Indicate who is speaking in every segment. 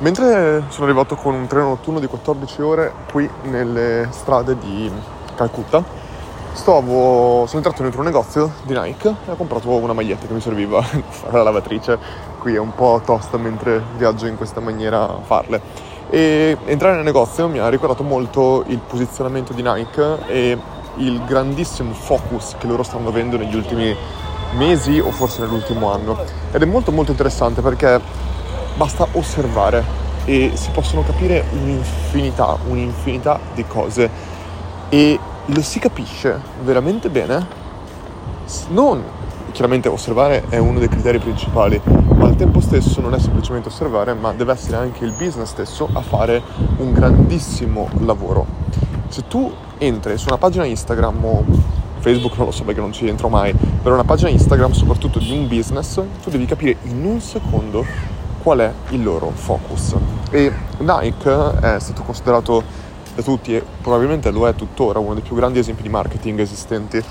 Speaker 1: Mentre sono arrivato con un treno notturno di 14 ore qui nelle strade di Calcutta, sono entrato dentro un negozio di Nike e ho comprato una maglietta che mi serviva per fare la lavatrice. Qui è un po' tosta mentre viaggio in questa maniera a farle. E entrare nel negozio mi ha ricordato molto il posizionamento di Nike e il grandissimo focus che loro stanno avendo negli ultimi mesi o forse nell'ultimo anno. Ed è molto molto interessante perché basta osservare e si possono capire un'infinità di cose, e lo si capisce veramente bene. Non, chiaramente osservare è uno dei criteri principali, ma al tempo stesso non è semplicemente osservare, ma deve essere anche il business stesso a fare un grandissimo lavoro. Se tu entri su una pagina Instagram o Facebook, non lo so perché non ci entro mai, per una pagina Instagram soprattutto di un business, tu devi capire in un secondo qual è il loro focus. E Nike è stato considerato da tutti, e probabilmente lo è tuttora, uno dei più grandi esempi di marketing esistenti,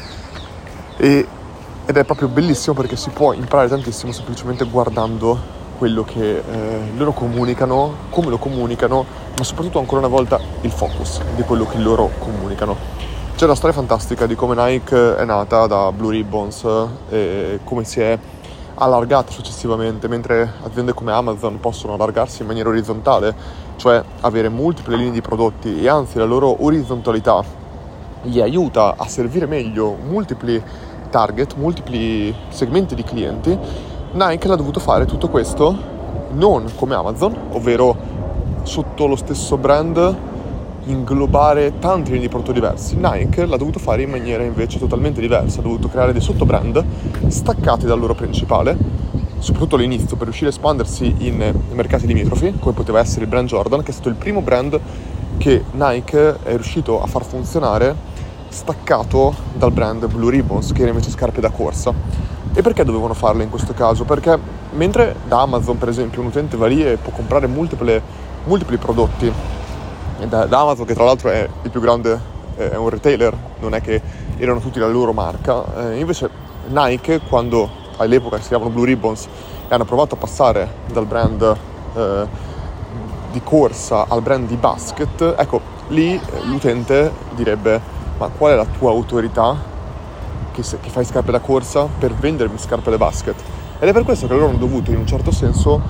Speaker 1: ed è proprio bellissimo perché si può imparare tantissimo semplicemente guardando quello che loro comunicano, come lo comunicano, ma soprattutto ancora una volta il focus di quello che loro comunicano. C'è una storia fantastica di come Nike è nata da Blue Ribbons e come si è allargata successivamente, mentre aziende come Amazon possono allargarsi in maniera orizzontale, cioè avere multiple linee di prodotti, e anzi la loro orizzontalità gli aiuta a servire meglio multipli target, multipli segmenti di clienti. Nike l'ha dovuto fare tutto questo non come Amazon, ovvero sotto lo stesso brand inglobare tanti linee di prodotto diversi. Nike l'ha dovuto fare in maniera invece totalmente diversa, ha dovuto creare dei sottobrand staccati dal loro principale, soprattutto all'inizio, per riuscire a espandersi in mercati limitrofi, come poteva essere il brand Jordan, che è stato il primo brand che Nike è riuscito a far funzionare staccato dal brand Blue Ribbons, che era invece scarpe da corsa. E perché dovevano farlo in questo caso? Perché mentre da Amazon, per esempio, un utente va lì e può comprare multipli prodotti, da Amazon, che tra l'altro è il più grande, è un retailer, non è che erano tutti la loro marca, invece Nike, quando all'epoca si chiamavano Blue Ribbons e hanno provato a passare dal brand di corsa al brand di basket, ecco, lì l'utente direbbe: ma qual è la tua autorità che fai scarpe da corsa per vendermi scarpe da basket? Ed è per questo che loro hanno dovuto in un certo senso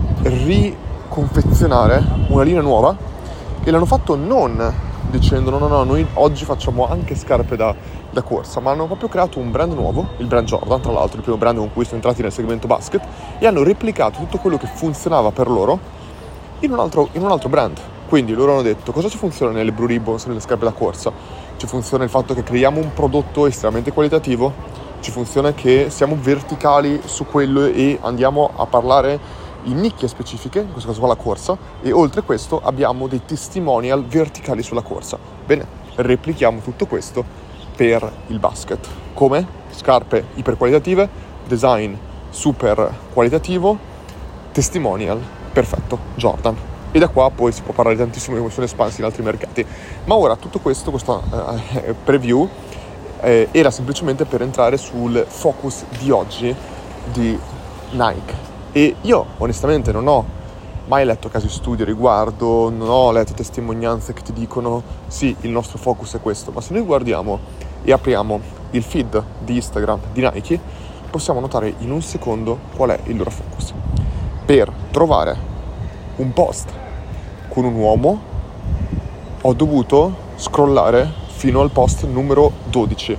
Speaker 1: riconfezionare una linea nuova, e l'hanno fatto non dicendo no, noi oggi facciamo anche scarpe da corsa, ma hanno proprio creato un brand nuovo, il brand Jordan, tra l'altro il primo brand con cui sono entrati nel segmento basket, e hanno replicato tutto quello che funzionava per loro in un altro brand. Quindi loro hanno detto: cosa ci funziona nelle Blue Ribbons, nelle scarpe da corsa? Ci funziona il fatto che creiamo un prodotto estremamente qualitativo, ci funziona che siamo verticali su quello e andiamo a parlare in nicchie specifiche, in questo caso qua la corsa, e oltre questo abbiamo dei testimonial verticali sulla corsa. Bene, replichiamo tutto questo per il basket. Come? Scarpe iperqualitative, design super qualitativo, testimonial perfetto, Jordan. E da qua poi si può parlare tantissimo di come sono espansi in altri mercati. Ma ora tutto questo, questa preview era semplicemente per entrare sul focus di oggi di Nike. E io onestamente non ho mai letto casi studio a riguardo, non ho letto testimonianze che ti dicono sì, il nostro focus è questo, ma se noi guardiamo e apriamo il feed di Instagram di Nike, possiamo notare in un secondo qual è il loro focus. Per trovare un post con un uomo ho dovuto scrollare fino al post numero 12.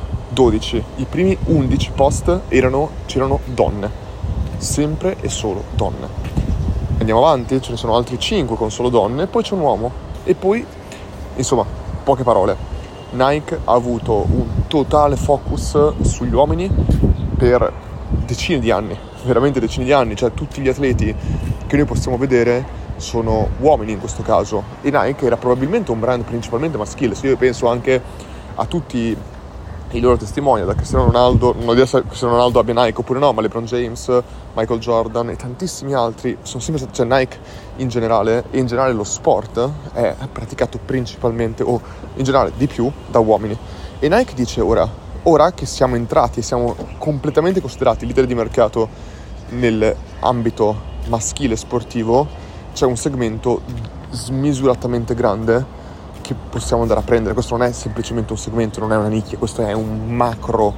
Speaker 1: I primi 11 post c'erano donne, sempre e solo donne. Andiamo avanti, ce ne sono altri 5 con solo donne, poi c'è un uomo, e poi, insomma, poche parole. Nike ha avuto un totale focus sugli uomini per decine di anni, veramente decine di anni, cioè tutti gli atleti che noi possiamo vedere sono uomini in questo caso, e Nike era probabilmente un brand principalmente maschile. Se io penso anche a tutti i loro testimoni, da Cristiano Ronaldo, non so se Cristiano Ronaldo abbia Nike oppure no, ma LeBron James, Michael Jordan e tantissimi altri sono sempre stati, cioè Nike in generale, e in generale lo sport è praticato principalmente, o in generale di più, da uomini. E Nike dice ora che siamo entrati e siamo completamente considerati leader di mercato nell'ambito maschile sportivo, c'è un segmento smisuratamente grande che possiamo andare a prendere. Questo non è semplicemente un segmento, non è una nicchia, questo è un macro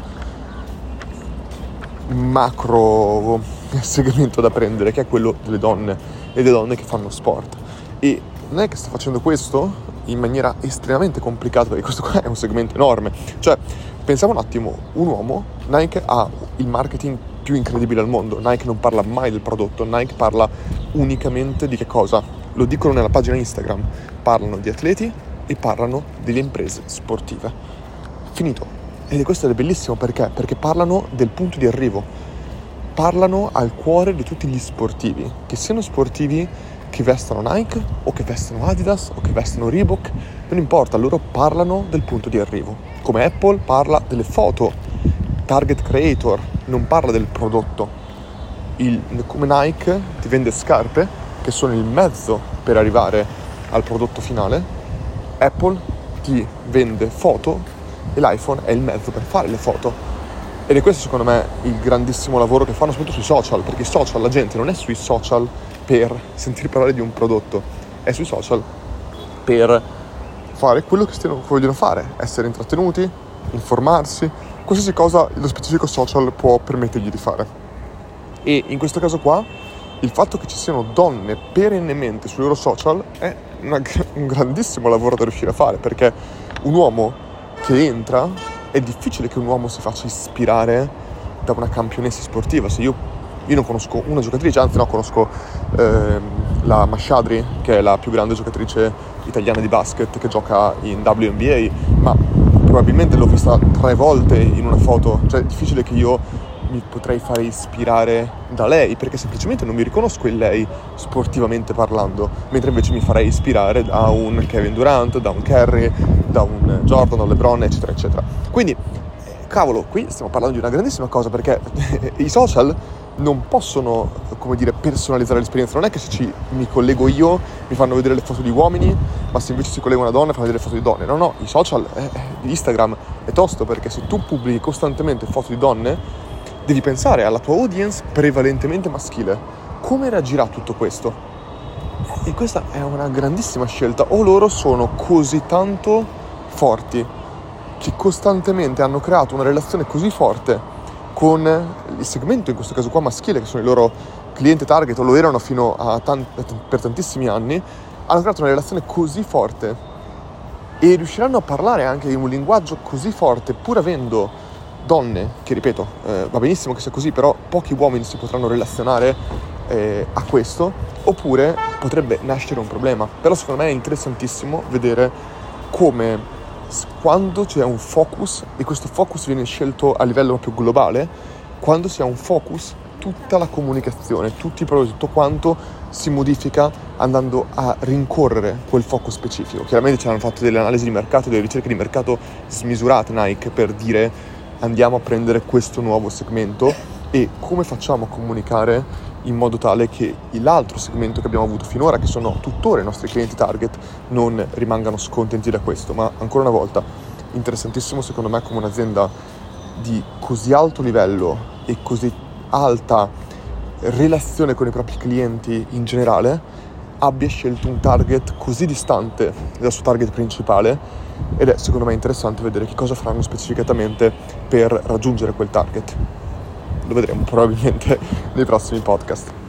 Speaker 1: segmento da prendere, che è quello delle donne e delle donne che fanno sport. E non è che sta facendo questo in maniera estremamente complicata, perché questo qua è un segmento enorme. Cioè, pensiamo un attimo, un uomo, Nike ha il marketing più incredibile al mondo. Nike non parla mai del prodotto, Nike parla unicamente di che cosa? Lo dicono nella pagina Instagram, parlano di atleti e parlano delle imprese sportive. Finito. Ed questo è bellissimo perché parlano del punto di arrivo, parlano al cuore di tutti gli sportivi, che siano sportivi che vestono Nike o che vestono Adidas o che vestono Reebok, non importa, loro parlano del punto di arrivo. Come Apple parla delle foto, target creator, non parla del prodotto. Come Nike ti vende scarpe, che sono il mezzo per arrivare al prodotto finale, Apple ti vende foto e l'iPhone è il mezzo per fare le foto. Ed è questo secondo me il grandissimo lavoro che fanno soprattutto sui social, perché i social, la gente non è sui social per sentire parlare di un prodotto, è sui social per fare quello che vogliono fare, essere intrattenuti, informarsi, qualsiasi cosa lo specifico social può permettergli di fare. E in questo caso qua il fatto che ci siano donne perennemente sui loro social è un grandissimo lavoro da riuscire a fare, perché un uomo che entra, è difficile che un uomo si faccia ispirare da una campionessa sportiva. Se io non conosco una giocatrice, anzi no, conosco la Mashadri, che è la più grande giocatrice italiana di basket che gioca in WNBA, ma probabilmente l'ho vista 3 volte in una foto. Cioè è difficile che io mi potrei fare ispirare da lei, perché semplicemente non mi riconosco in lei sportivamente parlando, mentre invece mi farei ispirare da un Kevin Durant, da un Curry, da un Jordan, da un LeBron, eccetera eccetera. Quindi cavolo, qui stiamo parlando di una grandissima cosa, perché i social non possono, come dire, personalizzare l'esperienza. Non è che se mi collego io mi fanno vedere le foto di uomini, ma se invece si collega una donna fanno vedere le foto di donne. No, i social, Instagram è tosto, perché se tu pubblichi costantemente foto di donne devi pensare alla tua audience prevalentemente maschile. Come reagirà tutto questo? E questa è una grandissima scelta. O loro sono così tanto forti che costantemente hanno creato una relazione così forte con il segmento, in questo caso qua maschile, che sono i loro clienti target, o lo erano fino a per tantissimi anni, hanno creato una relazione così forte e riusciranno a parlare anche in un linguaggio così forte, pur avendo donne, che ripeto, va benissimo che sia così, però pochi uomini si potranno relazionare a questo, oppure potrebbe nascere un problema. Però secondo me è interessantissimo vedere come quando c'è un focus, e questo focus viene scelto a livello più globale, quando si ha un focus, tutta la comunicazione, tutti i prodotti, tutto quanto si modifica andando a rincorrere quel focus specifico. Chiaramente ci hanno fatto delle analisi di mercato, delle ricerche di mercato smisurate Nike per dire andiamo a prendere questo nuovo segmento e come facciamo a comunicare in modo tale che l'altro segmento che abbiamo avuto finora, che sono tuttora i nostri clienti target, non rimangano scontenti da questo. Ma ancora una volta, interessantissimo secondo me come un'azienda di così alto livello e così alta relazione con i propri clienti in generale abbia scelto un target così distante dal suo target principale, ed è secondo me interessante vedere che cosa faranno specificatamente per raggiungere quel target. Lo vedremo probabilmente nei prossimi podcast.